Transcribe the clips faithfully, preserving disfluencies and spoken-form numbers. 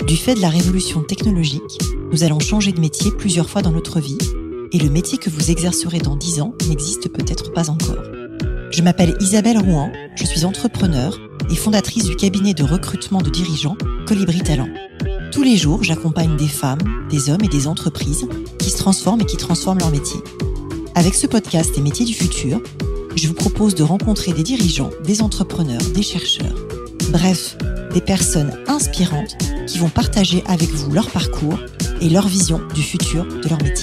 Du fait de la révolution technologique, nous allons changer de métier plusieurs fois dans notre vie et le métier que vous exercerez dans dix ans n'existe peut-être pas encore. Je m'appelle Isabelle Rouen, je suis entrepreneur et fondatrice du cabinet de recrutement de dirigeants Colibri Talent. Tous les jours, j'accompagne des femmes, des hommes et des entreprises qui se transforment et qui transforment leur métier. Avec ce podcast Les métiers du futur, je vous propose de rencontrer des dirigeants, des entrepreneurs, des chercheurs, bref, des personnes inspirantes qui vont partager avec vous leur parcours et leur vision du futur de leur métier.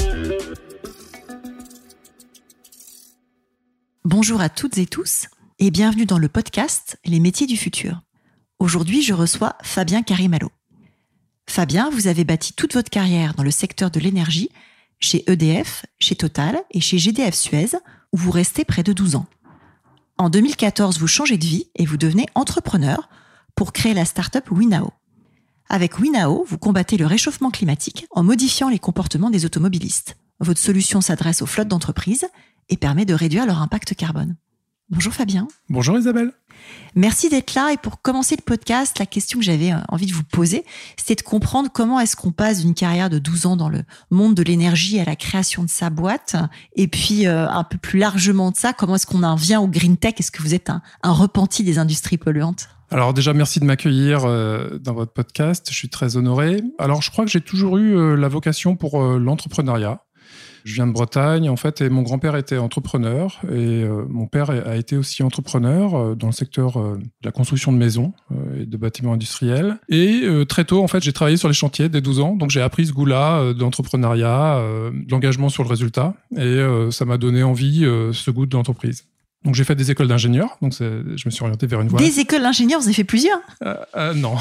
Bonjour à toutes et tous et bienvenue dans le podcast Les métiers du futur. Aujourd'hui, je reçois Fabien Carimalo. Fabien, vous avez bâti toute votre carrière dans le secteur de l'énergie, chez E D F, chez Total et chez G D F Suez, où vous restez près de douze ans. En deux mille quatorze, vous changez de vie et vous devenez entrepreneur pour créer la start-up Winao. Avec Winao, vous combattez le réchauffement climatique en modifiant les comportements des automobilistes. Votre solution s'adresse aux flottes d'entreprises et permet de réduire leur impact carbone. Bonjour Fabien. Bonjour Isabelle. Merci d'être là. Et pour commencer le podcast, la question que j'avais envie de vous poser, c'était de comprendre comment est-ce qu'on passe d'une carrière de douze ans dans le monde de l'énergie à la création de sa boîte. Et puis, euh, un peu plus largement de ça, comment est-ce qu'on en vient au green tech? Est-ce que vous êtes un, un repenti des industries polluantes? Alors déjà, merci de m'accueillir euh, dans votre podcast. Je suis très honoré. Alors, je crois que j'ai toujours eu euh, la vocation pour euh, l'entrepreneuriat. Je viens de Bretagne, en fait, et mon grand-père était entrepreneur et euh, mon père a été aussi entrepreneur euh, dans le secteur euh, de la construction de maisons euh, et de bâtiments industriels. Et euh, très tôt, en fait, j'ai travaillé sur les chantiers dès douze ans, donc j'ai appris ce goût-là euh, de l'entrepreneuriat, euh, de l'engagement sur le résultat, et euh, ça m'a donné envie, euh, ce goût de l'entreprise. Donc j'ai fait des écoles d'ingénieurs, donc c'est, je me suis orienté vers une voie. Des écoles d'ingénieurs, vous avez fait plusieurs? euh, euh, Non.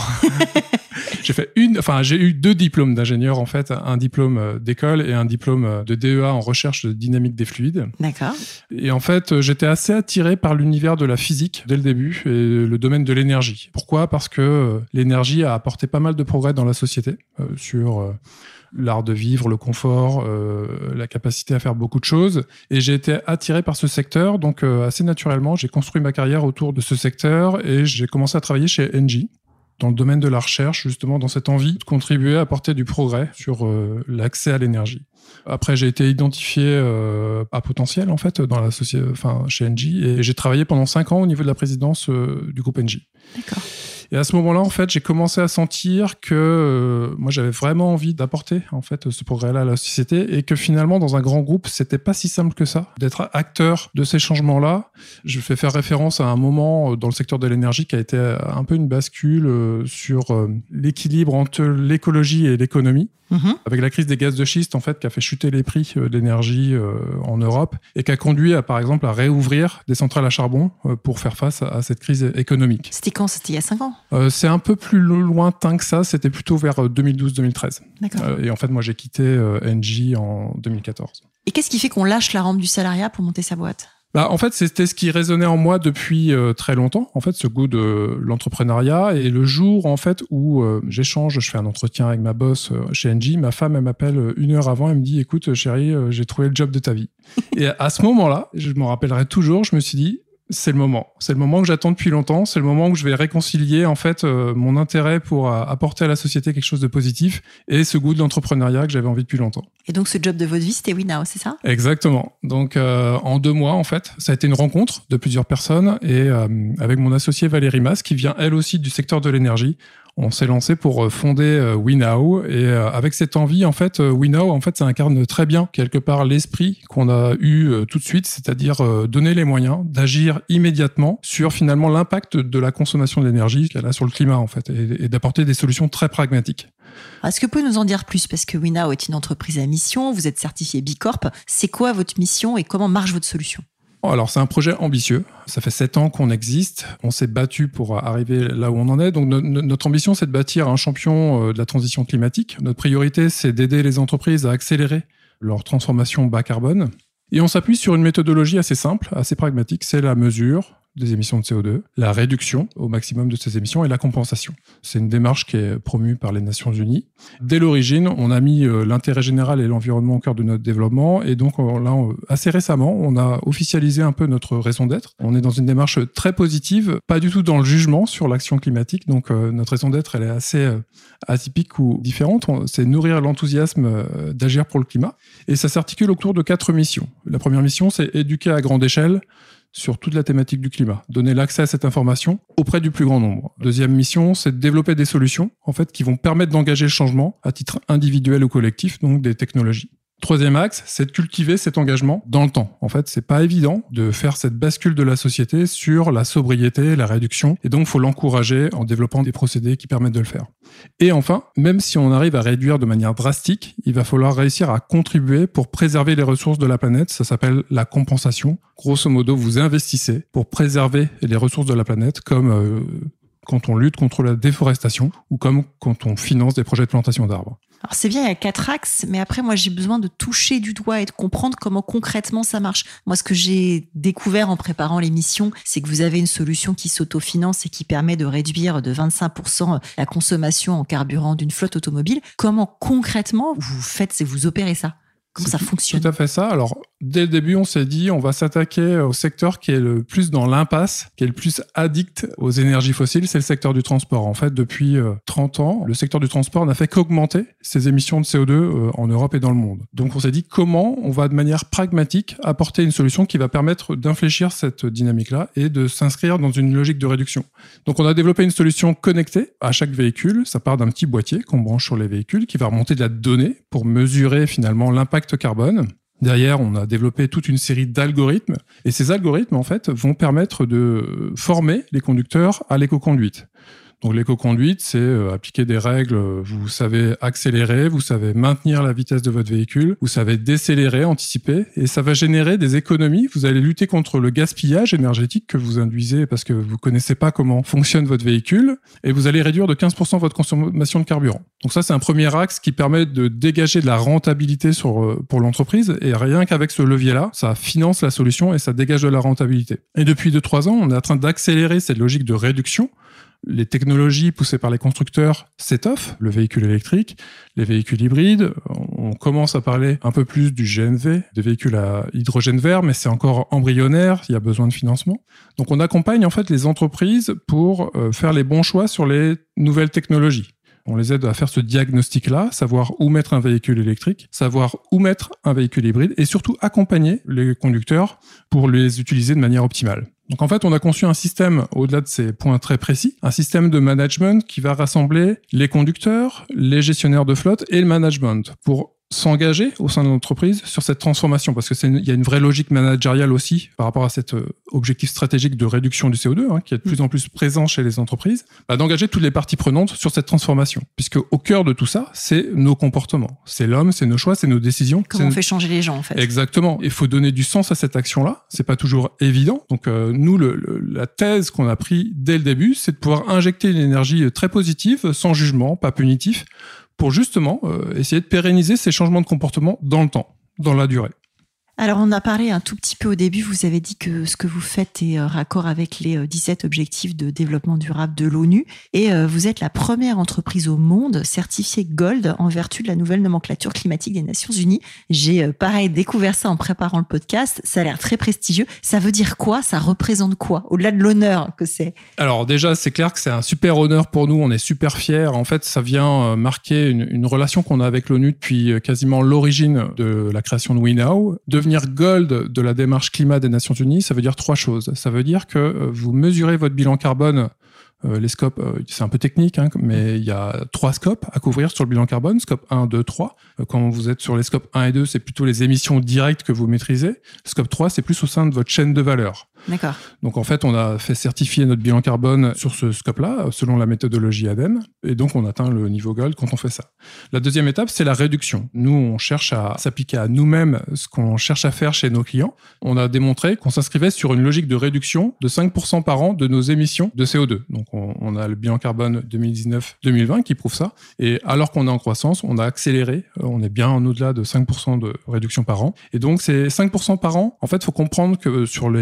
J'ai fait une, enfin j'ai eu deux diplômes d'ingénieur en fait, un diplôme d'école et un diplôme de D E A en recherche de dynamique des fluides. D'accord. Et en fait, j'étais assez attiré par l'univers de la physique dès le début et le domaine de l'énergie. Pourquoi ? Parce que l'énergie a apporté pas mal de progrès dans la société euh, sur euh, l'art de vivre, le confort, euh, la capacité à faire beaucoup de choses. Et j'ai été attiré par ce secteur, donc euh, assez naturellement, j'ai construit ma carrière autour de ce secteur et j'ai commencé à travailler chez Engie, dans le domaine de la recherche, justement dans cette envie de contribuer à apporter du progrès sur euh, l'accès à l'énergie. Après, j'ai été identifié euh, à potentiel, en fait, dans la société, enfin, chez Engie, et j'ai travaillé pendant cinq ans au niveau de la présidence euh, du groupe Engie. D'accord. Et à ce moment-là, en fait, j'ai commencé à sentir que euh, moi, j'avais vraiment envie d'apporter en fait ce progrès-là à la société et que finalement, dans un grand groupe, c'était pas si simple que ça d'être acteur de ces changements-là. Je fais faire référence à un moment dans le secteur de l'énergie qui a été un peu une bascule euh, sur euh, l'équilibre entre l'écologie et l'économie. Mmh. Avec la crise des gaz de schiste, en fait, qui a fait chuter les prix de l'énergie euh, en Europe et qui a conduit, à, par exemple, à réouvrir des centrales à charbon euh, pour faire face à, à cette crise économique. C'était quand ? C'était il y a cinq ans ? euh, C'est un peu plus lointain que ça. C'était plutôt vers deux mille douze deux mille treize. D'accord. Euh, et en fait, moi, j'ai quitté euh, Engie en deux mille quatorze. Et qu'est-ce qui fait qu'on lâche la rampe du salariat pour monter sa boîte ? Bah, en fait, c'était ce qui résonnait en moi depuis euh, très longtemps, en fait, ce goût de l'entrepreneuriat. Et le jour, en fait, où euh, j'échange, je fais un entretien avec ma boss euh, chez Engie, ma femme, elle m'appelle une heure avant, elle me dit « Écoute, chérie, euh, j'ai trouvé le job de ta vie. » Et à ce moment-là, je m'en rappellerai toujours, je me suis dit « C'est le moment. C'est le moment que j'attends depuis longtemps. C'est le moment où je vais réconcilier, en fait, euh, mon intérêt pour euh, apporter à la société quelque chose de positif et ce goût de l'entrepreneuriat que j'avais envie depuis longtemps. » Et donc, ce job de votre vie, c'était Winao, c'est ça ? Exactement. Donc, euh, en deux mois, en fait, ça a été une rencontre de plusieurs personnes et euh, avec mon associée Valérie Mas, qui vient elle aussi du secteur de l'énergie, on s'est lancé pour fonder euh, Winao. Et euh, avec cette envie, en fait, euh, Winao, en fait, ça incarne très bien, quelque part, l'esprit qu'on a eu euh, tout de suite, c'est-à-dire euh, donner les moyens d'agir immédiatement sur, finalement, l'impact de la consommation de l'énergie qu'elle a sur le climat, en fait, et, et d'apporter des solutions très pragmatiques. Est-ce que vous pouvez nous en dire plus ? Parce que Winao est une entreprise à mission, vous êtes certifié B Corp. C'est quoi votre mission et comment marche votre solution ? Alors, c'est un projet ambitieux. Ça fait sept ans qu'on existe. On s'est battu pour arriver là où on en est. Donc, no- no- notre ambition, c'est de bâtir un champion de la transition climatique. Notre priorité, c'est d'aider les entreprises à accélérer leur transformation bas carbone. Et on s'appuie sur une méthodologie assez simple, assez pragmatique. C'est la mesure, des émissions de C O deux, la réduction au maximum de ces émissions et la compensation. C'est une démarche qui est promue par les Nations Unies. Dès l'origine, on a mis l'intérêt général et l'environnement au cœur de notre développement et donc là, assez récemment, on a officialisé un peu notre raison d'être. On est dans une démarche très positive, pas du tout dans le jugement sur l'action climatique, donc euh, notre raison d'être, elle est assez euh, atypique ou différente. On, c'est nourrir l'enthousiasme euh, d'agir pour le climat et ça s'articule autour de quatre missions. La première mission, c'est éduquer à grande échelle sur toute la thématique du climat, donner l'accès à cette information auprès du plus grand nombre. Deuxième mission, c'est de développer des solutions en fait, qui vont permettre d'engager le changement à titre individuel ou collectif, donc des technologies. Troisième axe, c'est de cultiver cet engagement dans le temps. En fait, c'est pas évident de faire cette bascule de la société sur la sobriété, la réduction, et donc il faut l'encourager en développant des procédés qui permettent de le faire. Et enfin, même si on arrive à réduire de manière drastique, il va falloir réussir à contribuer pour préserver les ressources de la planète. Ça s'appelle la compensation. Grosso modo, vous investissez pour préserver les ressources de la planète, comme euh, quand on lutte contre la déforestation ou comme quand on finance des projets de plantation d'arbres. Alors c'est bien, il y a quatre axes, mais après moi j'ai besoin de toucher du doigt et de comprendre comment concrètement ça marche. Moi ce que j'ai découvert en préparant l'émission, c'est que vous avez une solution qui s'autofinance et qui permet de réduire de vingt-cinq pour cent la consommation en carburant d'une flotte automobile. Comment concrètement vous faites, c'est vous opérez ça ? Comment ça fonctionne ? Tout à fait ça. Alors, dès le début, on s'est dit, on va s'attaquer au secteur qui est le plus dans l'impasse, qui est le plus addict aux énergies fossiles, c'est le secteur du transport. En fait, depuis trente ans, le secteur du transport n'a fait qu'augmenter ses émissions de C O deux en Europe et dans le monde. Donc, on s'est dit comment on va de manière pragmatique apporter une solution qui va permettre d'infléchir cette dynamique-là et de s'inscrire dans une logique de réduction. Donc, on a développé une solution connectée à chaque véhicule. Ça part d'un petit boîtier qu'on branche sur les véhicules qui va remonter de la donnée pour mesurer finalement l'impact carbone. Derrière, on a développé toute une série d'algorithmes et ces algorithmes, en fait, vont permettre de former les conducteurs à l'éco-conduite. Donc l'éco-conduite, c'est euh, appliquer des règles, vous savez accélérer, vous savez maintenir la vitesse de votre véhicule, vous savez décélérer, anticiper, et ça va générer des économies. Vous allez lutter contre le gaspillage énergétique que vous induisez parce que vous connaissez pas comment fonctionne votre véhicule, et vous allez réduire de quinze pour cent votre consommation de carburant. Donc ça, c'est un premier axe qui permet de dégager de la rentabilité sur, pour l'entreprise, et rien qu'avec ce levier-là, ça finance la solution et ça dégage de la rentabilité. Et depuis deux trois ans, on est en train d'accélérer cette logique de réduction. Les technologies poussées par les constructeurs s'étoffent, le véhicule électrique, les véhicules hybrides. On commence à parler un peu plus du G N V, des véhicules à hydrogène vert, mais c'est encore embryonnaire, il y a besoin de financement. Donc on accompagne en fait les entreprises pour faire les bons choix sur les nouvelles technologies. On les aide à faire ce diagnostic-là, savoir où mettre un véhicule électrique, savoir où mettre un véhicule hybride et surtout accompagner les conducteurs pour les utiliser de manière optimale. Donc en fait, on a conçu un système, au-delà de ces points très précis, un système de management qui va rassembler les conducteurs, les gestionnaires de flotte et le management pour s'engager au sein de l'entreprise sur cette transformation, parce que c'est une, il y a une vraie logique managériale aussi par rapport à cet euh, objectif stratégique de réduction du C O deux, hein, qui est de plus en plus présent chez les entreprises, bah, d'engager toutes les parties prenantes sur cette transformation, puisque au cœur de tout ça, c'est nos comportements, c'est l'homme, c'est nos choix, c'est nos décisions. Comment on c'est... fait changer les gens en fait. Exactement. Il faut donner du sens à cette action-là. C'est pas toujours évident. Donc euh, nous, le, le, la thèse qu'on a pris dès le début, c'est de pouvoir injecter une énergie très positive, sans jugement, pas punitif, pour justement euh, essayer de pérenniser ces changements de comportement dans le temps, dans la durée. Alors, on a parlé un tout petit peu au début, vous avez dit que ce que vous faites est raccord avec les dix-sept objectifs de développement durable de l'ONU et vous êtes la première entreprise au monde certifiée Gold en vertu de la nouvelle nomenclature climatique des Nations Unies. J'ai, pareil, découvert ça en préparant le podcast. Ça a l'air très prestigieux. Ça veut dire quoi ? Ça représente quoi ? Au-delà de l'honneur que c'est. Alors déjà, c'est clair que c'est un super honneur pour nous. On est super fiers. En fait, ça vient marquer une, une relation qu'on a avec l'ONU depuis quasiment l'origine de la création de WeNow. De Devenir gold de la démarche climat des Nations Unies, ça veut dire trois choses. Ça veut dire que vous mesurez votre bilan carbone, euh, les scopes, euh, c'est un peu technique, hein, mais il y a trois scopes à couvrir sur le bilan carbone, scope un, deux, trois. Euh, quand vous êtes sur les scopes un et deux, c'est plutôt les émissions directes que vous maîtrisez. Scope trois, c'est plus au sein de votre chaîne de valeur. D'accord. Donc en fait, on a fait certifier notre bilan carbone sur ce scope-là, selon la méthodologie A D E M, et donc on atteint le niveau gold quand on fait ça. La deuxième étape, c'est la réduction. Nous, on cherche à s'appliquer à nous-mêmes ce qu'on cherche à faire chez nos clients. On a démontré qu'on s'inscrivait sur une logique de réduction de cinq pour cent par an de nos émissions de C O deux. Donc on, on a le bilan carbone deux mille dix-neuf deux mille vingt qui prouve ça. Et alors qu'on est en croissance, on a accéléré. On est bien en au-delà de cinq pour cent de réduction par an. Et donc ces cinq pour cent par an, en fait, il faut comprendre que sur l'échelle de la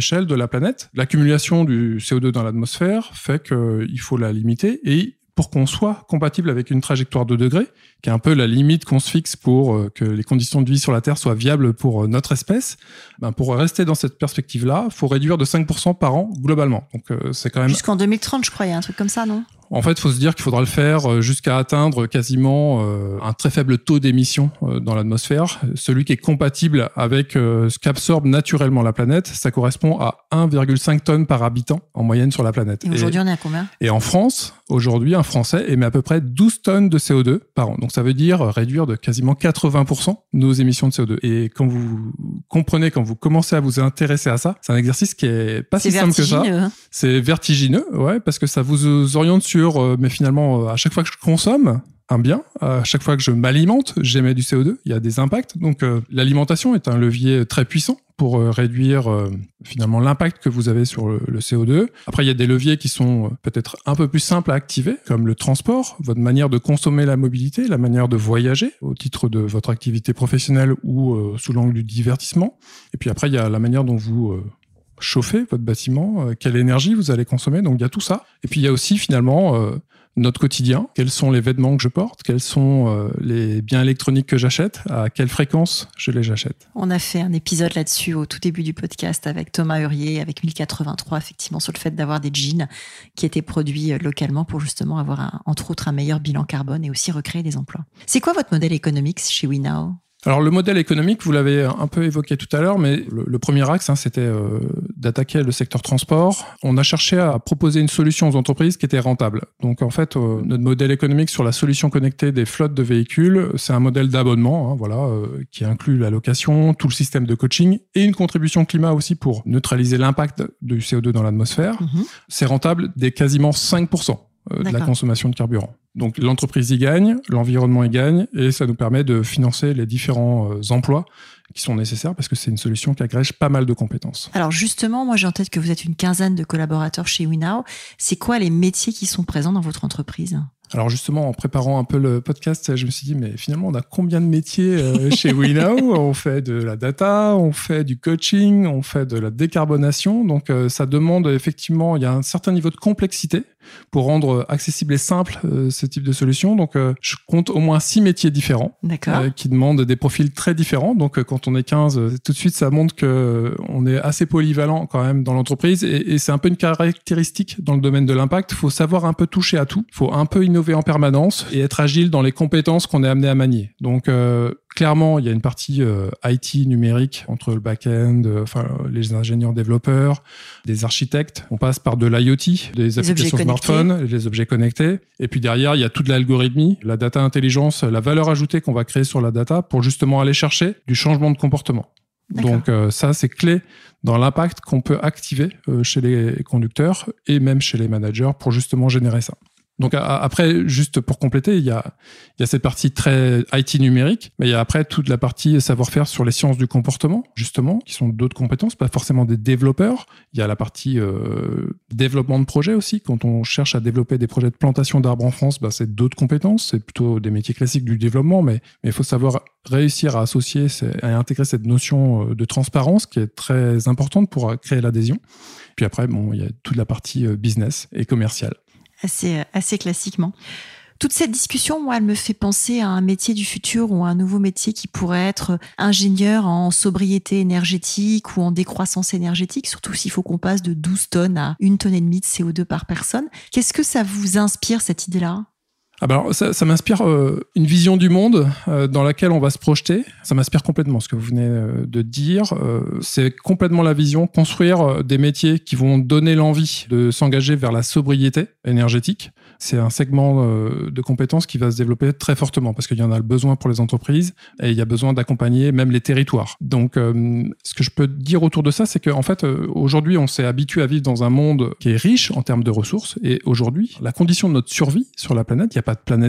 planète. L'accumulation du C O deux dans l'atmosphère fait qu'il faut la limiter et pour qu'on soit compatible avec une trajectoire de degrés, qui est un peu la limite qu'on se fixe pour euh, que les conditions de vie sur la Terre soient viables pour euh, notre espèce, ben pour rester dans cette perspective-là, il faut réduire de cinq pour cent par an globalement. Donc euh, c'est quand même... Jusqu'en deux mille trente, je crois, il y a un truc comme ça, non ? En fait, il faut se dire qu'il faudra le faire jusqu'à atteindre quasiment euh, un très faible taux d'émission euh, dans l'atmosphère. Celui qui est compatible avec euh, ce qu'absorbe naturellement la planète, ça correspond à un virgule cinq tonnes par habitant en moyenne sur la planète. Et aujourd'hui, et, on est à combien ? Et en France, aujourd'hui, un Français émet à peu près douze tonnes de C O deux par an. Donc ça veut dire réduire de quasiment quatre-vingts pour cent nos émissions de C O deux. Et quand vous comprenez, quand vous commencez à vous intéresser à ça, c'est un exercice qui est pas si simple que ça. Hein. C'est vertigineux, ouais, parce que ça vous oriente sur mais finalement, à chaque fois que je consomme un bien, à chaque fois que je m'alimente, j'émets du C O deux, il y a des impacts. Donc euh, l'alimentation est un levier très puissant pour euh, réduire euh, finalement l'impact que vous avez sur le, le C O deux. Après, il y a des leviers qui sont euh, peut-être un peu plus simples à activer, comme le transport, votre manière de consommer la mobilité, la manière de voyager au titre de votre activité professionnelle ou euh, sous l'angle du divertissement. Et puis après, il y a la manière dont vous... Euh, chauffer votre bâtiment, euh, quelle énergie vous allez consommer, donc il y a tout ça. Et puis il y a aussi finalement euh, notre quotidien, quels sont les vêtements que je porte, quels sont euh, les biens électroniques que j'achète, à quelle fréquence je les achète. On a fait un épisode là-dessus au tout début du podcast avec Thomas Hurier, avec mille quatre-vingt-trois, effectivement, sur le fait d'avoir des jeans qui étaient produits localement pour justement avoir, un, entre autres, un meilleur bilan carbone et aussi recréer des emplois. C'est quoi votre modèle économique chez WeNow ? Alors le modèle économique, vous l'avez un peu évoqué tout à l'heure, mais le, le premier axe, hein, c'était euh, d'attaquer le secteur transport. On a cherché à proposer une solution aux entreprises qui était rentable. Donc en fait, euh, notre modèle économique sur la solution connectée des flottes de véhicules, c'est un modèle d'abonnement, hein, voilà, euh, qui inclut la location, tout le système de coaching et une contribution climat aussi pour neutraliser l'impact du C O deux dans l'atmosphère. Mmh. C'est rentable dès quasiment cinq pour cent de la consommation de carburant. Donc l'entreprise y gagne, l'environnement y gagne, et ça nous permet de financer les différents euh, emplois qui sont nécessaires parce que c'est une solution qui agrège pas mal de compétences. Alors justement, moi j'ai en tête que vous êtes une quinzaine de collaborateurs chez WeNow. C'est quoi les métiers qui sont présents dans votre entreprise ? Alors justement, en préparant un peu le podcast, je me suis dit, mais finalement, on a combien de métiers euh, chez WeNow ? On fait de la data, on fait du coaching, on fait de la décarbonation. Donc euh, ça demande effectivement, il y a un certain niveau de complexité pour rendre accessible et simple euh, ce type de solution. Donc euh, je compte au moins six métiers différents euh, qui demandent des profils très différents. Donc euh, quand on est quinze, euh, tout de suite, ça montre qu'on euh, est assez polyvalent quand même dans l'entreprise. Et, et c'est un peu une caractéristique dans le domaine de l'impact. Il faut savoir un peu toucher à tout. Il faut un peu innover en permanence et être agile dans les compétences qu'on est amené à manier. Donc euh, clairement, il y a une partie euh, I T numérique entre le back-end, euh, enfin les ingénieurs développeurs, des architectes. On passe par de l'I O T, des les applications smartphones, les objets connectés. Et puis derrière, il y a toute l'algorithmie, la data intelligence, la valeur ajoutée qu'on va créer sur la data pour justement aller chercher du changement de comportement. D'accord. Donc euh, ça, c'est clé dans l'impact qu'on peut activer euh, chez les conducteurs et même chez les managers pour justement générer ça. Donc après, juste pour compléter, il y a, il y a cette partie très I T numérique, mais il y a après toute la partie savoir-faire sur les sciences du comportement, justement, qui sont d'autres compétences, pas forcément des développeurs. Il y a la partie euh, développement de projet aussi. Quand on cherche à développer des projets de plantation d'arbres en France, bah, c'est d'autres compétences. C'est plutôt des métiers classiques du développement, mais il faut savoir réussir à associer, à intégrer cette notion de transparence qui est très importante pour créer l'adhésion. Puis après, bon, il y a toute la partie business et commerciale. Assez, assez classiquement. Toute cette discussion, moi, elle me fait penser à un métier du futur ou à un nouveau métier qui pourrait être ingénieur en sobriété énergétique ou en décroissance énergétique, surtout s'il faut qu'on passe de douze tonnes à une tonne et demie de C O deux par personne. Qu'est-ce que ça vous inspire, cette idée-là ? Ah bah alors ça, ça m'inspire euh, une vision du monde euh, dans laquelle on va se projeter. Ça m'inspire complètement ce que vous venez euh, de dire. Euh, c'est complètement la vision, construire euh, des métiers qui vont donner l'envie de s'engager vers la sobriété énergétique. C'est un segment euh, de compétences qui va se développer très fortement parce qu'il y en a le besoin pour les entreprises et il y a besoin d'accompagner même les territoires. Donc, euh, ce que je peux dire autour de ça, c'est qu'en fait, euh, aujourd'hui, on s'est habitué à vivre dans un monde qui est riche en termes de ressources et aujourd'hui, la condition de notre survie sur la planète, il n'y a pas de planète B.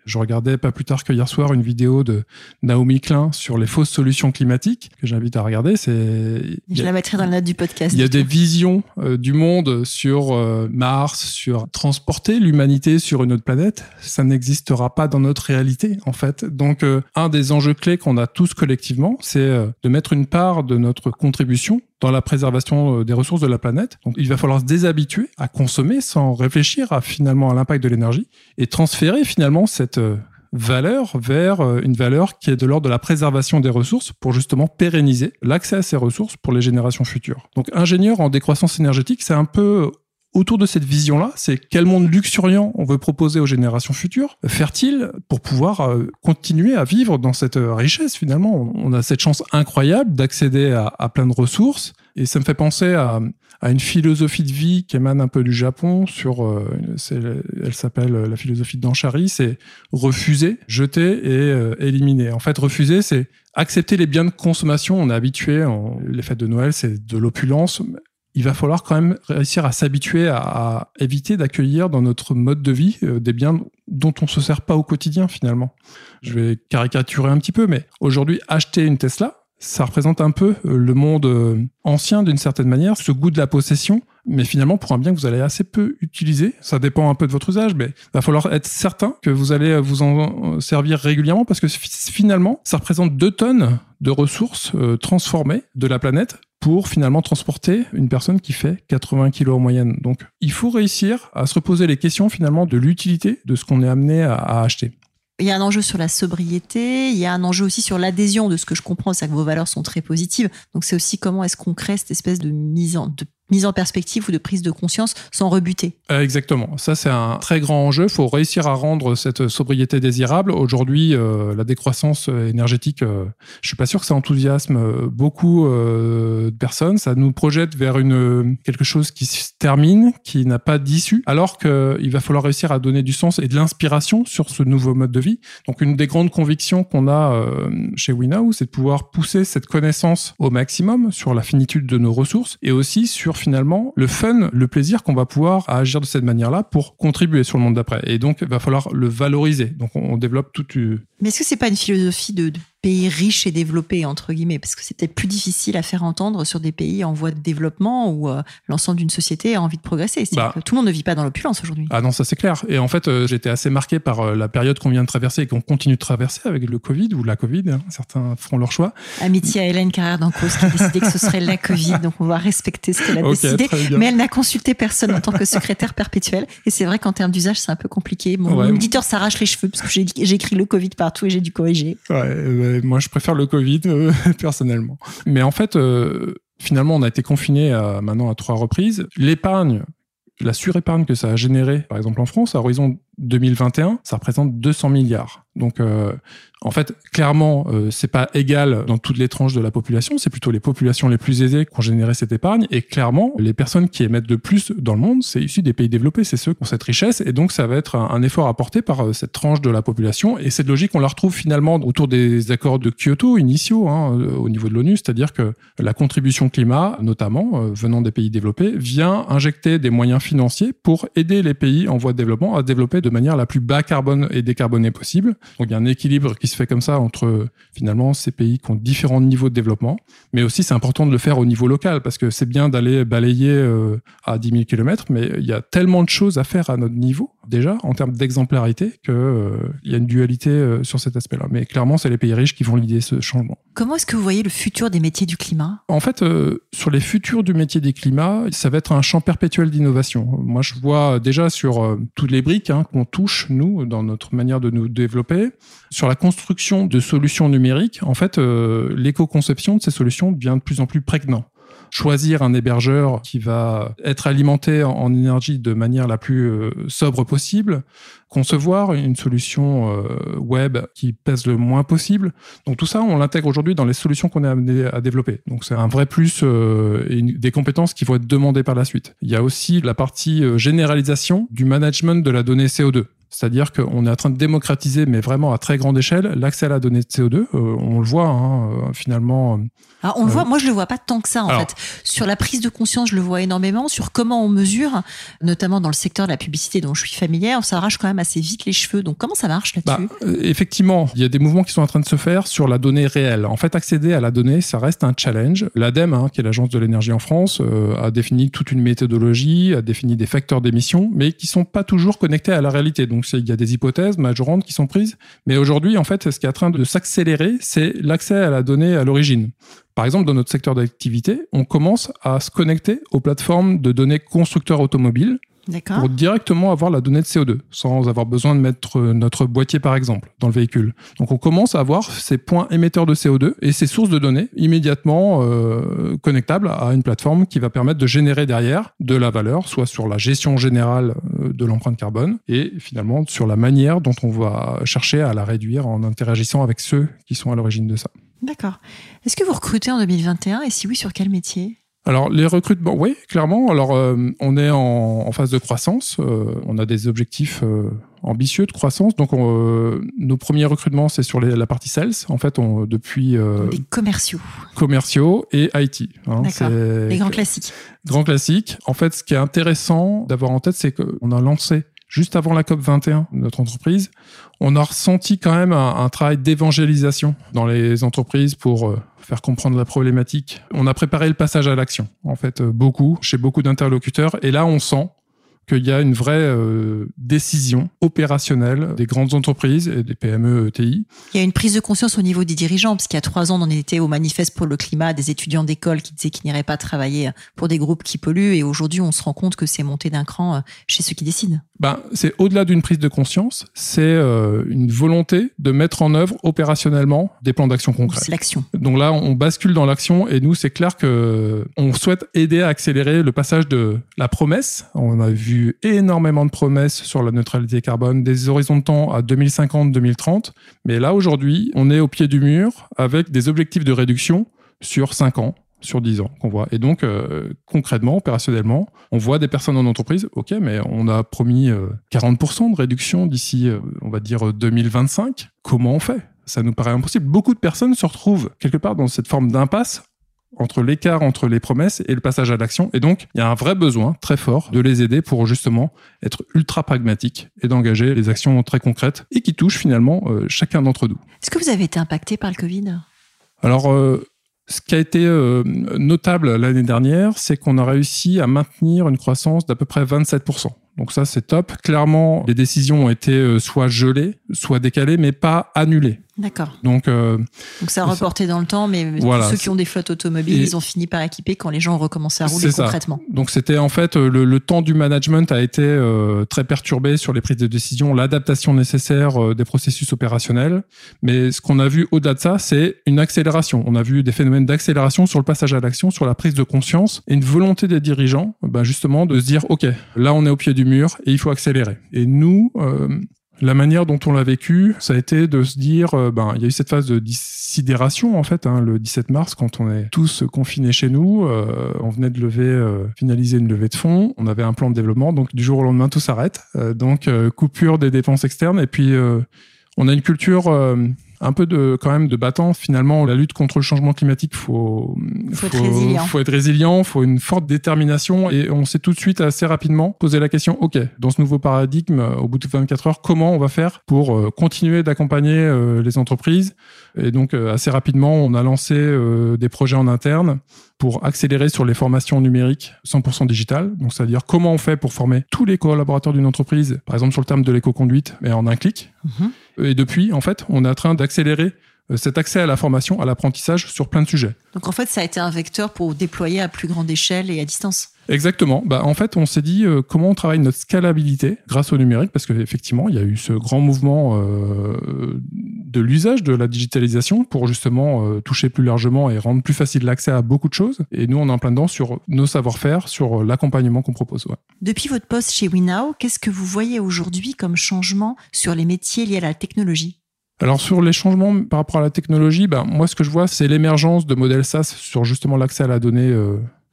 Je regardais pas plus tard que hier soir une vidéo de Naomi Klein sur les fausses solutions climatiques que j'invite à regarder. C'est... Je la mettrai dans la note du podcast. Il y a des visions euh, du monde sur euh, Mars, sur transporter l'humanité sur une autre planète. Ça n'existera pas dans notre réalité, en fait. Donc, euh, un des enjeux clés qu'on a tous collectivement, c'est euh, de mettre une part de notre contribution dans la préservation des ressources de la planète. Donc, il va falloir se déshabituer à consommer sans réfléchir à, finalement à l'impact de l'énergie et transférer finalement cette euh, valeur vers euh, une valeur qui est de l'ordre de la préservation des ressources pour justement pérenniser l'accès à ces ressources pour les générations futures. Donc, ingénieur en décroissance énergétique, c'est un peu autour de cette vision-là, c'est quel monde luxuriant on veut proposer aux générations futures, fertile, pour pouvoir euh, continuer à vivre dans cette euh, richesse finalement. On a cette chance incroyable d'accéder à, à plein de ressources, et ça me fait penser à, à une philosophie de vie qui émane un peu du Japon, sur, euh, c'est, elle s'appelle la philosophie de Danshari, c'est refuser, jeter et euh, éliminer. En fait, refuser, c'est accepter les biens de consommation. On est habitué, en, les fêtes de Noël, c'est de l'opulence. Il va falloir quand même réussir à s'habituer à, à éviter d'accueillir dans notre mode de vie euh, des biens dont on se sert pas au quotidien finalement. Je vais caricaturer un petit peu, mais aujourd'hui, acheter une Tesla, ça représente un peu euh, le monde euh, ancien d'une certaine manière, ce goût de la possession, mais finalement pour un bien que vous allez assez peu utiliser. Ça dépend un peu de votre usage, mais il va falloir être certain que vous allez vous en servir régulièrement, parce que finalement, ça représente deux tonnes de ressources euh, transformées de la planète pour finalement transporter une personne qui fait quatre-vingts kilos en moyenne. Donc, il faut réussir à se reposer les questions finalement de l'utilité de ce qu'on est amené à, à acheter. Il y a un enjeu sur la sobriété, il y a un enjeu aussi sur l'adhésion. De ce que je comprends, c'est que vos valeurs sont très positives. Donc, c'est aussi comment est-ce qu'on crée cette espèce de mise en, de mise en perspective ou de prise de conscience sans rebuter. Euh, exactement. Ça, c'est un très grand enjeu. Il faut réussir à rendre cette sobriété désirable. Aujourd'hui, euh, la décroissance énergétique, euh, je suis pas sûr que ça enthousiasme euh, beaucoup euh, de personnes. Ça nous projette vers une quelque chose qui se termine, qui n'a pas d'issue, alors qu'il va falloir réussir à donner du sens et de l'inspiration sur ce nouveau mode de vie. Donc, une des grandes convictions qu'on a euh, chez WeNow, c'est de pouvoir pousser cette connaissance au maximum sur la finitude de nos ressources et aussi sur finalement le fun, le plaisir qu'on va pouvoir agir de cette manière-là pour contribuer sur le monde d'après. Et donc, il va falloir le valoriser. Donc, on développe toute une... Mais est-ce que c'est pas une philosophie de, de pays riches et développés, entre guillemets, parce que c'est peut-être plus difficile à faire entendre sur des pays en voie de développement où euh, l'ensemble d'une société a envie de progresser. C'est bah, que tout le monde ne vit pas dans l'opulence aujourd'hui. Ah non, ça c'est clair. Et en fait, euh, j'étais assez marqué par euh, la période qu'on vient de traverser et qu'on continue de traverser avec le Covid ou la Covid. Hein, certains feront leur choix. Amitié à Hélène Carrère d'Ancos qui a décidé que ce serait la Covid, donc on va respecter ce qu'elle a okay, décidé. Mais elle n'a consulté personne en tant que secrétaire perpétuelle. Et c'est vrai qu'en termes d'usage, c'est un peu compliqué. Mon ouais, éditeur s'arrache les cheveux parce que j'ai, j'ai écrit le Covid partout et j'ai dû corriger. Ouais, euh, moi je préfère le Covid euh, personnellement. Mais en fait, euh, finalement, on a été confiné à, maintenant à trois reprises. L'épargne, la surépargne que ça a généré, par exemple en France, à horizon deux mille vingt et un, ça représente deux cents milliards. Donc, euh, en fait, clairement, euh, c'est pas égal dans toutes les tranches de la population. C'est plutôt les populations les plus aisées qui ont généré cette épargne. Et clairement, les personnes qui émettent le plus dans le monde, c'est issu des pays développés. C'est ceux qui ont cette richesse. Et donc, ça va être un, un effort apporté par euh, cette tranche de la population. Et cette logique, on la retrouve finalement autour des accords de Kyoto initiaux, hein, au niveau de l'ONU. C'est-à-dire que la contribution climat, notamment euh, venant des pays développés, vient injecter des moyens financiers pour aider les pays en voie de développement à développer de manière la plus bas carbone et décarbonée possible. Donc, il y a un équilibre qui se fait comme ça entre, finalement, ces pays qui ont différents niveaux de développement. Mais aussi, c'est important de le faire au niveau local, parce que c'est bien d'aller balayer euh, à dix mille kilomètres, mais il y a tellement de choses à faire à notre niveau, déjà, en termes d'exemplarité, qu'il euh, y a une dualité euh, sur cet aspect-là. Mais clairement, c'est les pays riches qui vont l'idée ce changement. Comment est-ce que vous voyez le futur des métiers du climat ? En fait, euh, sur les futurs du métier du climat, ça va être un champ perpétuel d'innovation. Moi, je vois déjà sur euh, toutes les briques hein, qu'on touche, nous, dans notre manière de nous développer, sur la construction de solutions numériques, en fait, euh, l'éco-conception de ces solutions devient de plus en plus prégnant. Choisir un hébergeur qui va être alimenté en, en énergie de manière la plus euh, sobre possible, concevoir une solution euh, web qui pèse le moins possible. Donc tout ça, on l'intègre aujourd'hui dans les solutions qu'on est amené à développer. Donc c'est un vrai plus euh, et une, des compétences qui vont être demandées par la suite. Il y a aussi la partie euh, généralisation du management de la donnée C O deux. C'est-à-dire qu'on est en train de démocratiser, mais vraiment à très grande échelle, l'accès à la donnée de C O deux. Euh, on le voit, hein, euh, finalement. Alors, on le voit, moi je le vois pas tant que ça en alors, fait. Sur la prise de conscience, je le vois énormément. Sur comment on mesure, notamment dans le secteur de la publicité dont je suis familière, on s'arrache quand même assez vite les cheveux. Donc comment ça marche là-dessus ? bah, euh, Effectivement, il y a des mouvements qui sont en train de se faire sur la donnée réelle. En fait, accéder à la donnée, ça reste un challenge. L'ADEME, hein, qui est l'Agence de l'énergie en France, euh, a défini toute une méthodologie, a défini des facteurs d'émission, mais qui sont pas toujours connectés à la réalité. Donc il y a des hypothèses majorantes qui sont prises. Mais aujourd'hui, en fait, ce qui est en train de s'accélérer, c'est l'accès à la donnée à l'origine. Par exemple, dans notre secteur d'activité, on commence à se connecter aux plateformes de données constructeurs automobiles D'accord. pour directement avoir la donnée de C O deux, sans avoir besoin de mettre notre boîtier, par exemple, dans le véhicule. Donc, on commence à avoir ces points émetteurs de C O deux et ces sources de données immédiatement euh, connectables à une plateforme qui va permettre de générer derrière de la valeur, soit sur la gestion générale de l'empreinte carbone et finalement sur la manière dont on va chercher à la réduire en interagissant avec ceux qui sont à l'origine de ça. D'accord. Est-ce que vous recrutez en deux mille vingt et un et si oui, sur quel métier ? Alors, les recrutements, oui, clairement. Alors, euh, on est en, en phase de croissance. Euh, on a des objectifs euh, ambitieux de croissance. Donc, on, euh, nos premiers recrutements, c'est sur les, la partie sales. En fait, on, depuis... Euh, les commerciaux. Commerciaux et I T. Hein, D'accord. C'est les grands classiques. Grands classiques. En fait, ce qui est intéressant d'avoir en tête, c'est qu'on a lancé juste avant la COP vingt et un, notre entreprise, on a ressenti quand même un, un travail d'évangélisation dans les entreprises pour euh, faire comprendre la problématique. On a préparé le passage à l'action, en fait, euh, beaucoup, chez beaucoup d'interlocuteurs. Et là, on sent qu'il y a une vraie euh, décision opérationnelle des grandes entreprises et des P M E, E T I. Il y a une prise de conscience au niveau des dirigeants, parce qu'il y a trois ans, on en était au manifeste pour le climat, des étudiants d'école qui disaient qu'ils n'iraient pas travailler pour des groupes qui polluent, et aujourd'hui, on se rend compte que c'est monté d'un cran chez ceux qui décident. Ben, c'est au-delà d'une prise de conscience, c'est euh, une volonté de mettre en œuvre opérationnellement des plans d'action concrets. C'est l'action. Donc là, on bascule dans l'action, et nous, c'est clair que on souhaite aider à accélérer le passage de la promesse. On a vu énormément de promesses sur la neutralité carbone, des horizons de temps à deux mille cinquante deux mille trente. Mais là, aujourd'hui, on est au pied du mur avec des objectifs de réduction sur cinq ans, sur dix ans qu'on voit. Et donc, euh, concrètement, opérationnellement, on voit des personnes en entreprise, ok, mais on a promis euh, quarante pour cent de réduction d'ici, euh, on va dire, deux mille vingt-cinq. Comment on fait ? Ça nous paraît impossible. Beaucoup de personnes se retrouvent quelque part dans cette forme d'impasse entre l'écart entre les promesses et le passage à l'action. Et donc, il y a un vrai besoin très fort de les aider pour justement être ultra pragmatiques et d'engager les actions très concrètes et qui touchent finalement euh, chacun d'entre nous. Est-ce que vous avez été impacté par le Covid ? Alors, euh, ce qui a été euh, notable l'année dernière, c'est qu'on a réussi à maintenir une croissance d'à peu près vingt-sept pour cent. Donc ça, c'est top. Clairement, les décisions ont été euh, soit gelées, soit décalées, mais pas annulées. D'accord. Donc, euh, Donc ça a reporté dans le temps, mais voilà, ceux qui ont des flottes automobiles, et ils ont fini par équiper quand les gens ont recommencé à rouler concrètement. Ça. Donc c'était en fait, le, le temps du management a été euh, très perturbé sur les prises de décision, l'adaptation nécessaire euh, des processus opérationnels. Mais ce qu'on a vu au-delà de ça, c'est une accélération. On a vu des phénomènes d'accélération sur le passage à l'action, sur la prise de conscience et une volonté des dirigeants, ben justement, de se dire, OK, là on est au pied du mur et il faut accélérer. Et nous... Euh, La manière dont on l'a vécu, ça a été de se dire, euh, ben, il y a eu cette phase de sidération en fait, hein, le dix-sept mars, quand on est tous confinés chez nous, euh, on venait de lever, euh, finaliser une levée de fonds, on avait un plan de développement, donc du jour au lendemain tout s'arrête, euh, donc euh, coupure des dépenses externes, et puis euh, on a une culture euh, un peu de quand même de battant. Finalement, la lutte contre le changement climatique, faut faut, faut être résilient. Faut être résilient, faut une forte détermination, et on s'est tout de suite assez rapidement posé la question. Ok, dans ce nouveau paradigme, au bout de vingt-quatre heures, comment on va faire pour euh, continuer d'accompagner euh, les entreprises? Et donc euh, assez rapidement, on a lancé euh, des projets en interne pour accélérer sur les formations numériques cent pour cent digitales. Donc, c'est-à-dire comment on fait pour former tous les collaborateurs d'une entreprise, par exemple sur le terme de l'éco-conduite, mais en un clic. Mmh. Et depuis, en fait, on est en train d'accélérer cet accès à la formation, à l'apprentissage sur plein de sujets. Donc, en fait, ça a été un vecteur pour déployer à plus grande échelle et à distance. Exactement. Bah, en fait, on s'est dit euh, comment on travaille notre scalabilité grâce au numérique, parce qu'effectivement, il y a eu ce grand mouvement euh, de l'usage de la digitalisation pour justement euh, toucher plus largement et rendre plus facile l'accès à beaucoup de choses. Et nous, on est en plein dedans sur nos savoir-faire, sur l'accompagnement qu'on propose. Ouais. Depuis votre poste chez WeNow, qu'est-ce que vous voyez aujourd'hui comme changement sur les métiers liés à la technologie ? Alors sur les changements par rapport à la technologie, ben, moi ce que je vois, c'est l'émergence de modèles SaaS sur justement l'accès à la donnée euh,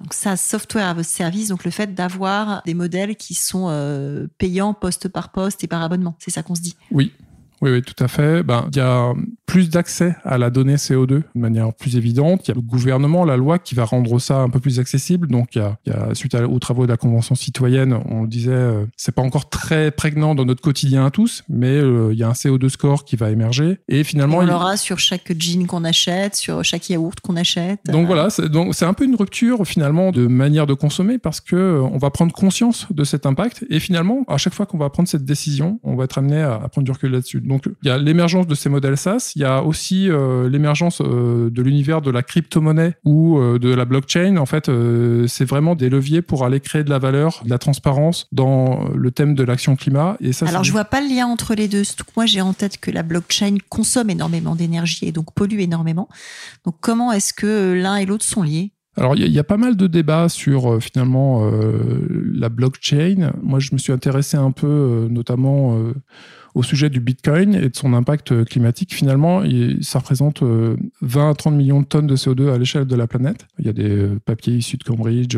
Donc ça, software à votre service, donc le fait d'avoir des modèles qui sont euh, payants poste par poste et par abonnement, c'est ça qu'on se dit? Oui. Oui, oui, tout à fait. Ben, il y a plus d'accès à la donnée C O deux de manière plus évidente. Il y a le gouvernement, la loi qui va rendre ça un peu plus accessible. Donc, il y a, il y a suite à, aux travaux de la Convention citoyenne, on le disait, euh, c'est pas encore très prégnant dans notre quotidien à tous, mais euh, il y a un C O deux score qui va émerger. Et finalement, et on il... l'aura sur chaque jean qu'on achète, sur chaque yaourt qu'on achète. Donc euh... voilà, c'est, donc c'est un peu une rupture finalement de manière de consommer parce que euh, on va prendre conscience de cet impact et finalement, à chaque fois qu'on va prendre cette décision, on va être amené à, à prendre du recul là-dessus. Donc, il y a l'émergence de ces modèles SaaS, il y a aussi euh, l'émergence euh, de l'univers de la crypto-monnaie ou euh, de la blockchain. En fait, euh, c'est vraiment des leviers pour aller créer de la valeur, de la transparence dans le thème de l'action climat. Et ça, Alors, c'est... je vois pas le lien entre les deux. Surtout que moi, j'ai en tête que la blockchain consomme énormément d'énergie et donc pollue énormément. Donc, comment est-ce que l'un et l'autre sont liés ? Alors, il y, y a pas mal de débats sur, euh, finalement, euh, la blockchain. Moi, je me suis intéressé un peu, euh, notamment... Euh, au sujet du Bitcoin et de son impact climatique. Finalement, ça représente vingt à trente millions de tonnes de C O deux à l'échelle de la planète. Il y a des papiers issus de Cambridge,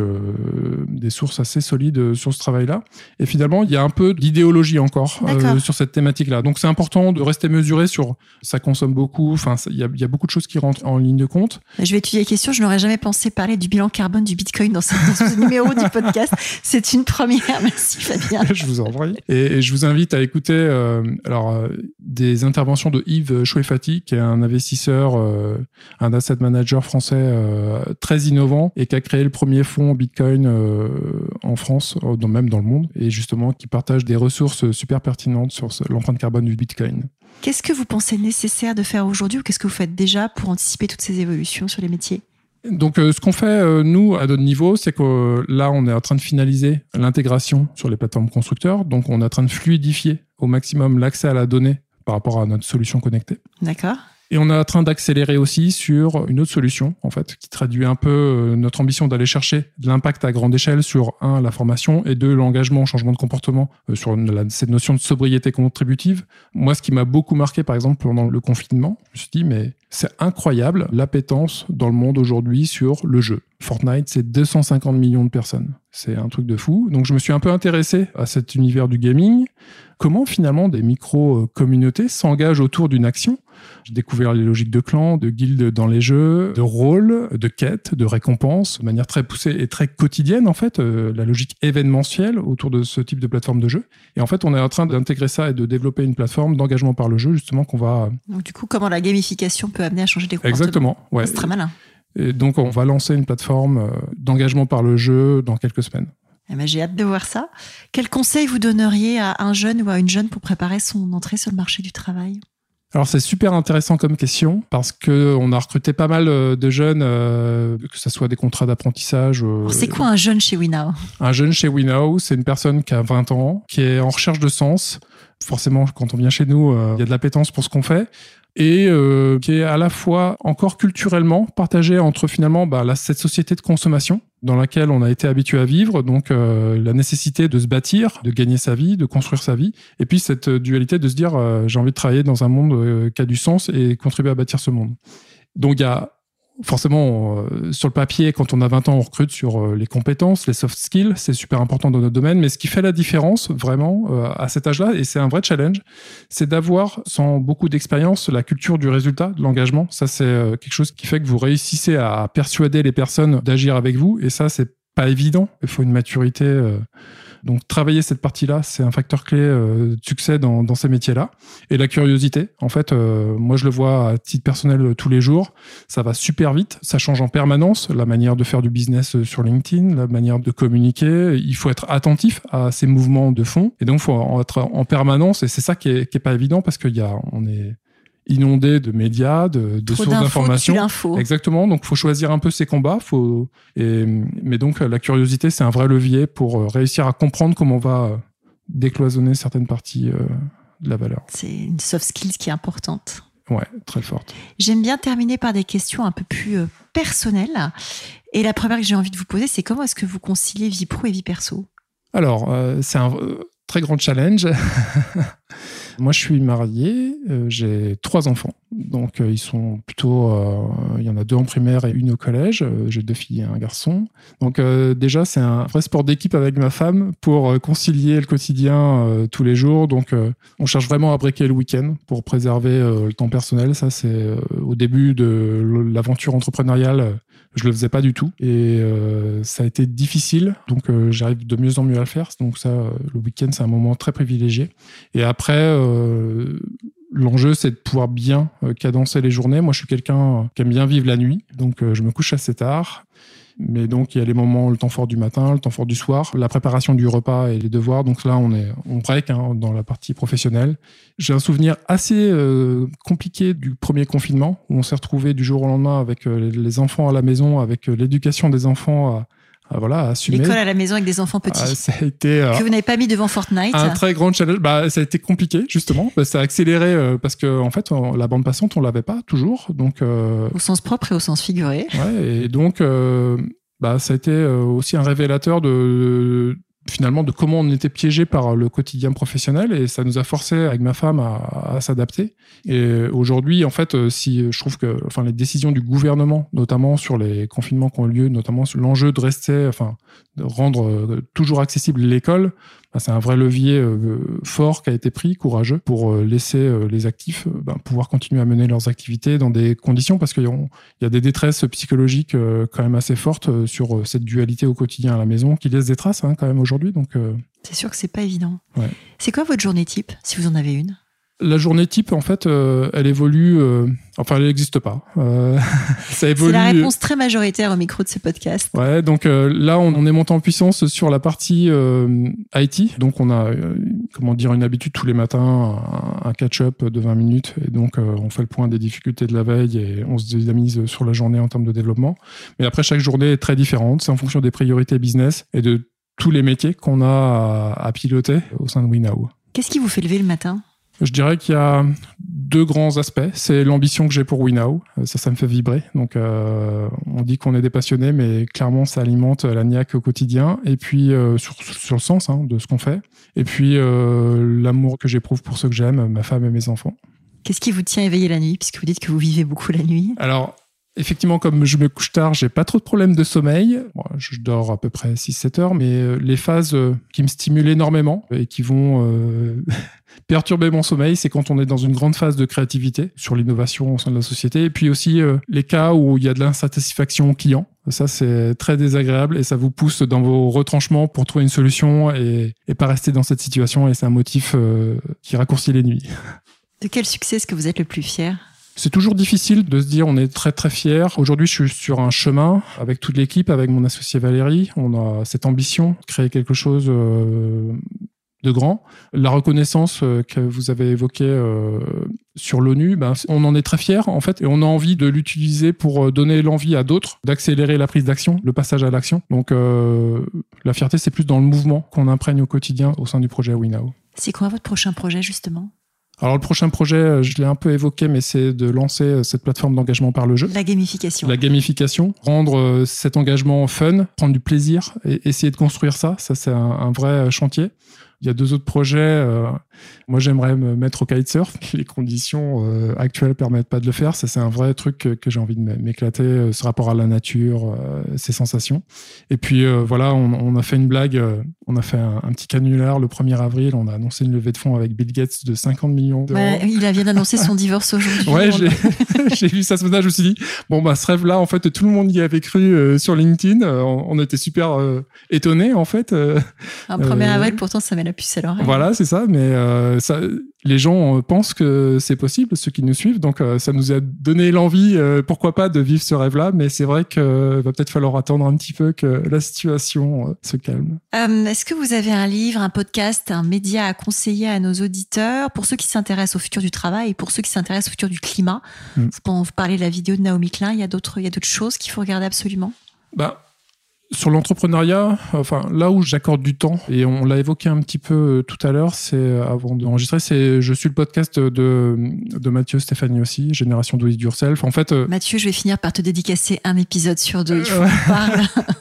des sources assez solides sur ce travail-là. Et finalement, il y a un peu d'idéologie encore euh, sur cette thématique-là. Donc, c'est important de rester mesuré sur ça consomme beaucoup. Enfin, il y a, il y a beaucoup de choses qui rentrent en ligne de compte. Je vais étudier la question. Je n'aurais jamais pensé parler du bilan carbone du Bitcoin dans ce, dans ce numéro du podcast. C'est une première. Merci, Fabien. Je vous en prie. Et, et je vous invite à écouter... Euh, Alors, euh, des interventions de Yves Chouefati, qui est un investisseur, euh, un asset manager français euh, très innovant et qui a créé le premier fonds Bitcoin euh, en France, euh, même dans le monde, et justement qui partage des ressources super pertinentes sur l'empreinte carbone du Bitcoin. Qu'est-ce que vous pensez nécessaire de faire aujourd'hui ou qu'est-ce que vous faites déjà pour anticiper toutes ces évolutions sur les métiers ? Donc, euh, ce qu'on fait, euh, nous, à notre niveau, c'est que euh, là, on est en train de finaliser l'intégration sur les plateformes constructeurs. Donc, on est en train de fluidifier au maximum l'accès à la donnée par rapport à notre solution connectée. D'accord. Et on est en train d'accélérer aussi sur une autre solution, en fait, qui traduit un peu euh, notre ambition d'aller chercher de l'impact à grande échelle sur, un, la formation, et deux, l'engagement, changement de comportement, euh, sur une, la, cette notion de sobriété contributive. Moi, ce qui m'a beaucoup marqué, par exemple, pendant le confinement, je me suis dit, mais c'est incroyable l'appétence dans le monde aujourd'hui sur le jeu. Fortnite, c'est deux cent cinquante millions de personnes. C'est un truc de fou. Donc, je me suis un peu intéressé à cet univers du gaming. Comment, finalement, des micro-communautés s'engagent autour d'une action. J'ai découvert les logiques de clans, de guildes dans les jeux, de rôles, de quêtes, de récompenses, de manière très poussée et très quotidienne, en fait, euh, la logique événementielle autour de ce type de plateforme de jeu. Et en fait, on est en train d'intégrer ça et de développer une plateforme d'engagement par le jeu, justement, qu'on va... Donc, du coup, comment la gamification peut amener à changer des comportements. Exactement, ouais. C'est très malin. Et donc, on va lancer une plateforme d'engagement par le jeu dans quelques semaines. Eh ben, j'ai hâte de voir ça. Quel conseil vous donneriez à un jeune ou à une jeune pour préparer son entrée sur le marché du travail ? Alors, c'est super intéressant comme question parce qu'on a recruté pas mal de jeunes, euh, que ce soit des contrats d'apprentissage. Euh, c'est quoi un jeune chez WeNow ? Un jeune chez WeNow, c'est une personne qui a vingt ans, qui est en recherche de sens. Forcément, quand on vient chez nous, euh, il y a de l'appétence pour ce qu'on fait. Et euh, qui est à la fois encore culturellement partagé entre finalement bah, la, cette société de consommation dans laquelle on a été habitué à vivre, donc euh, la nécessité de se bâtir, de gagner sa vie, de construire sa vie, et puis cette dualité de se dire euh, j'ai envie de travailler dans un monde euh, qui a du sens et contribuer à bâtir ce monde. Donc il y a forcément, euh, sur le papier, quand on a vingt ans, on recrute sur euh, les compétences, les soft skills, c'est super important dans notre domaine, mais ce qui fait la différence, vraiment, euh, à cet âge-là, et c'est un vrai challenge, c'est d'avoir, sans beaucoup d'expérience, la culture du résultat, de l'engagement. Ça, c'est euh, quelque chose qui fait que vous réussissez à persuader les personnes d'agir avec vous, et ça, c'est pas évident. Il faut une maturité... Euh, Donc, travailler cette partie-là, c'est un facteur clé euh, de succès dans, dans ces métiers-là. Et la curiosité, en fait, euh, moi, je le vois à titre personnel euh, tous les jours. Ça va super vite. Ça change en permanence. La manière de faire du business euh, sur LinkedIn, la manière de communiquer. Il faut être attentif à ces mouvements de fond. Et donc, il faut être en permanence. Et c'est ça qui est, qui est pas évident parce qu'il y a, on est inondé de médias, de, de sources d'informations. Exactement. Donc, il faut choisir un peu ses combats. Faut, et, mais donc, la curiosité, c'est un vrai levier pour réussir à comprendre comment on va décloisonner certaines parties euh, de la valeur. C'est une soft skills qui est importante. Ouais, très forte. J'aime bien terminer par des questions un peu plus euh, personnelles. Et la première que j'ai envie de vous poser, c'est comment est-ce que vous conciliez vie pro et vie perso ? Alors, euh, c'est un euh, très grand challenge. Moi, je suis marié, euh, j'ai trois enfants. Donc, euh, ils sont plutôt... Euh, il y en a deux en primaire et une au collège. Euh, j'ai deux filles et un garçon. Donc, euh, déjà, c'est un vrai sport d'équipe avec ma femme pour euh, concilier le quotidien euh, tous les jours. Donc, euh, on cherche vraiment à breaker le week-end pour préserver euh, le temps personnel. Ça, c'est euh, au début de l'aventure entrepreneuriale. Euh, je le faisais pas du tout. Et euh, ça a été difficile. Donc, euh, j'arrive de mieux en mieux à le faire. Donc, ça, euh, le week-end, c'est un moment très privilégié. Et après... Euh, L'enjeu, c'est de pouvoir bien euh, cadencer les journées. Moi, je suis quelqu'un euh, qui aime bien vivre la nuit, donc euh, je me couche assez tard. Mais donc, il y a les moments, le temps fort du matin, le temps fort du soir, la préparation du repas et les devoirs. Donc là, on est on break hein, dans la partie professionnelle. J'ai un souvenir assez euh, compliqué du premier confinement, où on s'est retrouvé du jour au lendemain avec euh, les enfants à la maison, avec euh, l'éducation des enfants à Ah, voilà, assumer. L'école à la maison avec des enfants petits. Ah, ça a été, euh, que vous n'avez pas mis devant Fortnite. Un très grand challenge. Bah, ça a été compliqué, justement. Bah, ça a accéléré euh, parce que, en fait, on, la bande passante, on l'avait pas toujours. Donc, euh, au sens propre et au sens figuré. Ouais, et donc, euh, bah, ça a été euh, aussi un révélateur de, finalement, de comment on était piégé par le quotidien professionnel, et ça nous a forcé avec ma femme à, à s'adapter. Et aujourd'hui, en fait, si je trouve que, enfin, les décisions du gouvernement, notamment sur les confinements qui ont lieu, notamment sur l'enjeu de rester, enfin, de rendre toujours accessible l'école, bah, c'est un vrai levier euh, fort qui a été pris, courageux, pour euh, laisser euh, les actifs euh, bah, pouvoir continuer à mener leurs activités dans des conditions, parce qu'il y a des détresses psychologiques euh, quand même assez fortes euh, sur euh, cette dualité au quotidien à la maison, qui laisse des traces hein, quand même aujourd'hui. Donc, euh... c'est sûr que c'est pas évident. Ouais. C'est quoi votre journée type, si vous en avez une ? La journée type, en fait, euh, elle évolue... Euh, enfin, elle n'existe pas. Euh, ça évolue... C'est la réponse très majoritaire au micro de ce podcast. Ouais, donc euh, là, on, on est monté en puissance sur la partie euh, I T. Donc, on a, euh, comment dire, une habitude tous les matins, un, un catch-up de vingt minutes. Et donc, euh, on fait le point des difficultés de la veille et on se dynamise sur la journée en termes de développement. Mais après, chaque journée est très différente. C'est en fonction des priorités business et de tous les métiers qu'on a à, à piloter au sein de WeNow. Qu'est-ce qui vous fait lever le matin ? Je dirais qu'il y a deux grands aspects. C'est l'ambition que j'ai pour WeNow. Ça, ça me fait vibrer. Donc, euh, on dit qu'on est des passionnés, mais clairement, ça alimente la niaque au quotidien. Et puis, euh, sur, sur le sens hein, de ce qu'on fait. Et puis, euh, l'amour que j'éprouve pour ceux que j'aime, ma femme et mes enfants. Qu'est-ce qui vous tient éveillé la nuit, puisque vous dites que vous vivez beaucoup la nuit ? Alors, effectivement, comme je me couche tard, j'ai pas trop de problèmes de sommeil. Bon, je dors à peu près six sept heures, mais les phases qui me stimulent énormément et qui vont euh, perturber mon sommeil, c'est quand on est dans une grande phase de créativité sur l'innovation au sein de la société. Et puis aussi euh, les cas où il y a de l'insatisfaction client. Ça, c'est très désagréable et ça vous pousse dans vos retranchements pour trouver une solution et, et pas rester dans cette situation. Et c'est un motif euh, qui raccourcit les nuits. De quel succès est-ce que vous êtes le plus fier ? C'est toujours difficile de se dire on est très très fiers. Aujourd'hui, je suis sur un chemin avec toute l'équipe, avec mon associé Valérie. On a cette ambition de créer quelque chose euh, de grand. La reconnaissance euh, que vous avez évoquée euh, sur l'ONU, ben, on en est très fiers en fait et on a envie de l'utiliser pour donner l'envie à d'autres d'accélérer la prise d'action, le passage à l'action. Donc euh, la fierté, c'est plus dans le mouvement qu'on imprègne au quotidien au sein du projet WeNow. C'est quoi votre prochain projet justement ? Alors le prochain projet, je l'ai un peu évoqué, mais c'est de lancer cette plateforme d'engagement par le jeu. La gamification. La gamification, rendre cet engagement fun, prendre du plaisir et essayer de construire ça. Ça, c'est un, un vrai chantier. Il y a deux autres projets. Euh, moi, j'aimerais me mettre au kitesurf. Les conditions euh, actuelles permettent pas de le faire. Ça, c'est un vrai truc que, que j'ai envie de m'éclater, euh, ce rapport à la nature, euh, ces sensations. Et puis, euh, voilà, on, on a fait une blague. Euh, on a fait un, un petit canular le premier avril. On a annoncé une levée de fonds avec Bill Gates de cinquante millions d'euros. Ouais, il vient d'annoncer son divorce aujourd'hui. Ouais, j'ai, j'ai vu ça ce matin. Je me suis dit, bon, bah, ce rêve-là, en fait, tout le monde y avait cru euh, sur LinkedIn. Euh, on, on était super euh, étonnés, en fait. Euh, un premier euh, avril, pourtant, ça met la puce à l'oreille. Voilà, c'est ça. Mais euh, ça, les gens pensent que c'est possible, ceux qui nous suivent. Donc, euh, ça nous a donné l'envie, euh, pourquoi pas, de vivre ce rêve-là. Mais c'est vrai qu'il va peut-être falloir attendre un petit peu que la situation euh, se calme. Euh, est-ce que vous avez un livre, un podcast, un média à conseiller à nos auditeurs, pour ceux qui s'intéressent au futur du travail et pour ceux qui s'intéressent au futur du climat? mm. Vous parlez de la vidéo de Naomi Klein, il y a d'autres, il y a d'autres choses qu'il faut regarder absolument? Bah, sur l'entrepreneuriat, enfin, là où j'accorde du temps, et on l'a évoqué un petit peu tout à l'heure, c'est avant d'enregistrer, c'est je suis le podcast de, de Mathieu Stéphanie aussi, Génération Do It Yourself. En fait, Mathieu, je vais finir par te dédicacer un épisode sur deux, il faut qu'on parle.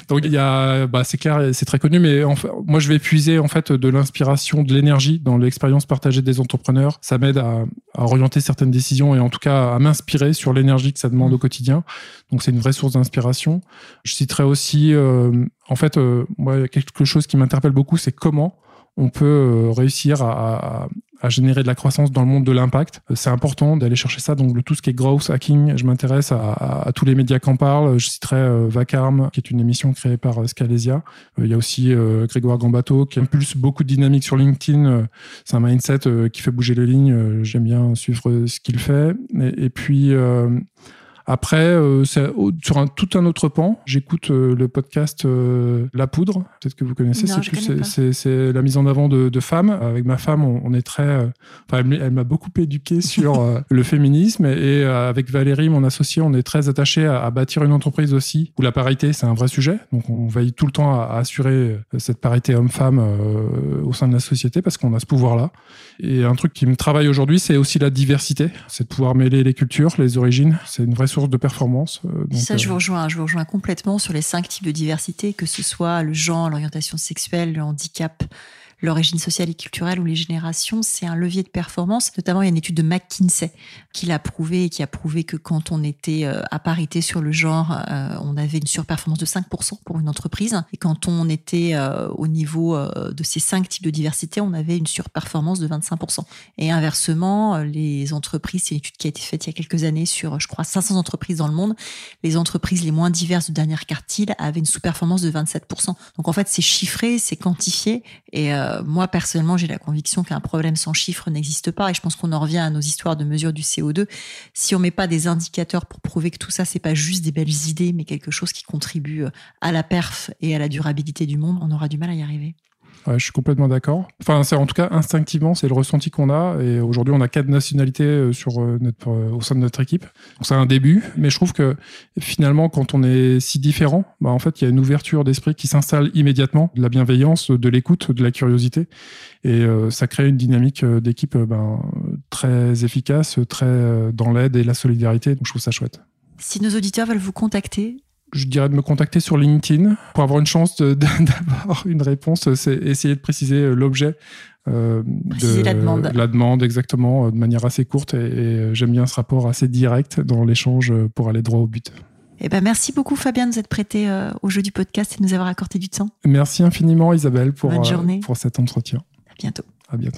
Donc il y a, bah, c'est clair, c'est très connu, mais en fait, moi je vais puiser en fait de l'inspiration, de l'énergie dans l'expérience partagée des entrepreneurs. Ça m'aide à, à orienter certaines décisions et en tout cas à m'inspirer sur l'énergie que ça demande au quotidien. Donc c'est une vraie source d'inspiration. Je citerai aussi, euh, en fait, euh, moi, quelque chose qui m'interpelle beaucoup, c'est comment on peut euh, réussir à, à, à générer de la croissance dans le monde de l'impact. C'est important d'aller chercher ça. Donc, le, tout ce qui est growth hacking, je m'intéresse à, à, à tous les médias qui en parlent. Je citerai euh, Vacarme, qui est une émission créée par euh, Scalesia. Euh, il y a aussi euh, Grégoire Gambato, qui impulse beaucoup de dynamique sur LinkedIn. Euh, c'est un mindset euh, qui fait bouger les lignes. Euh, j'aime bien suivre ce qu'il fait. Et, et puis... Euh, Après, euh, c'est sur un, tout un autre pan, j'écoute euh, le podcast euh, La Poudre, peut-être que vous connaissez. Non, c'est, je plus, connais c'est, c'est, c'est la mise en avant de, de femmes. Avec ma femme, on, on est très... Euh, enfin, elle, elle m'a beaucoup éduqué sur euh, le féminisme. Et, et euh, avec Valérie, mon associée, on est très attachés à, à bâtir une entreprise aussi où la parité, c'est un vrai sujet. Donc, on veille tout le temps à, à assurer cette parité homme-femme euh, au sein de la société parce qu'on a ce pouvoir-là. Et un truc qui me travaille aujourd'hui, c'est aussi la diversité. C'est de pouvoir mêler les cultures, les origines. C'est une vraie source de performance. Euh, donc, ça, je vous euh... rejoins. Je vous rejoins complètement sur les cinq types de diversité, que ce soit le genre, l'orientation sexuelle, le handicap, l'origine sociale et culturelle ou les générations. C'est un levier de performance. Notamment, il y a une étude de McKinsey qui l'a prouvé et qui a prouvé que quand on était à parité sur le genre, euh, on avait une surperformance de cinq pour cent pour une entreprise. Et quand on était euh, au niveau euh, de ces cinq types de diversité, on avait une surperformance de vingt-cinq pour cent. Et inversement, les entreprises, c'est une étude qui a été faite il y a quelques années sur, je crois, cinq cents entreprises dans le monde. Les entreprises les moins diverses de dernière quartile avaient une sous-performance de vingt-sept pour cent. Donc en fait, c'est chiffré, c'est quantifié. Et euh, moi, personnellement, j'ai la conviction qu'un problème sans chiffres n'existe pas. Et je pense qu'on en revient à nos histoires de mesure du C O deux. Si on met pas des indicateurs pour prouver que tout ça, c'est pas juste des belles idées, mais quelque chose qui contribue à la perf et à la durabilité du monde, on aura du mal à y arriver. Ouais, je suis complètement d'accord. Enfin, c'est en tout cas instinctivement, c'est le ressenti qu'on a. Et aujourd'hui, on a quatre nationalités sur notre, au sein de notre équipe. Donc, c'est un début, mais je trouve que finalement, quand on est si différent, bah, en fait, il y a une ouverture d'esprit qui s'installe immédiatement, de la bienveillance, de l'écoute, de la curiosité, et euh, ça crée une dynamique d'équipe ben, très efficace, très dans l'aide et la solidarité. Donc, je trouve ça chouette. Si nos auditeurs veulent vous contacter, je dirais de me contacter sur LinkedIn pour avoir une chance de, de, d'avoir une réponse. C'est essayer de préciser l'objet euh, préciser de la demande. La demande, exactement, de manière assez courte. Et, et j'aime bien ce rapport assez direct dans l'échange pour aller droit au but. Eh ben, merci beaucoup, Fabien, de nous être prêté euh, au jeu du podcast et de nous avoir accordé du temps. Merci infiniment, Isabelle, pour, Bonne journée. Euh, pour cet entretien. À bientôt. À bientôt.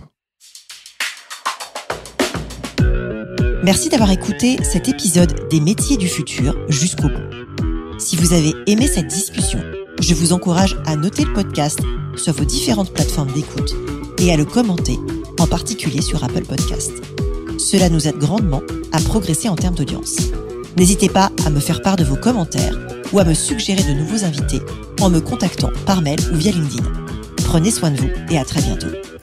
Merci d'avoir écouté cet épisode des métiers du futur jusqu'au bout. Si vous avez aimé cette discussion, je vous encourage à noter le podcast sur vos différentes plateformes d'écoute et à le commenter, en particulier sur Apple Podcasts. Cela nous aide grandement à progresser en termes d'audience. N'hésitez pas à me faire part de vos commentaires ou à me suggérer de nouveaux invités en me contactant par mail ou via LinkedIn. Prenez soin de vous et à très bientôt.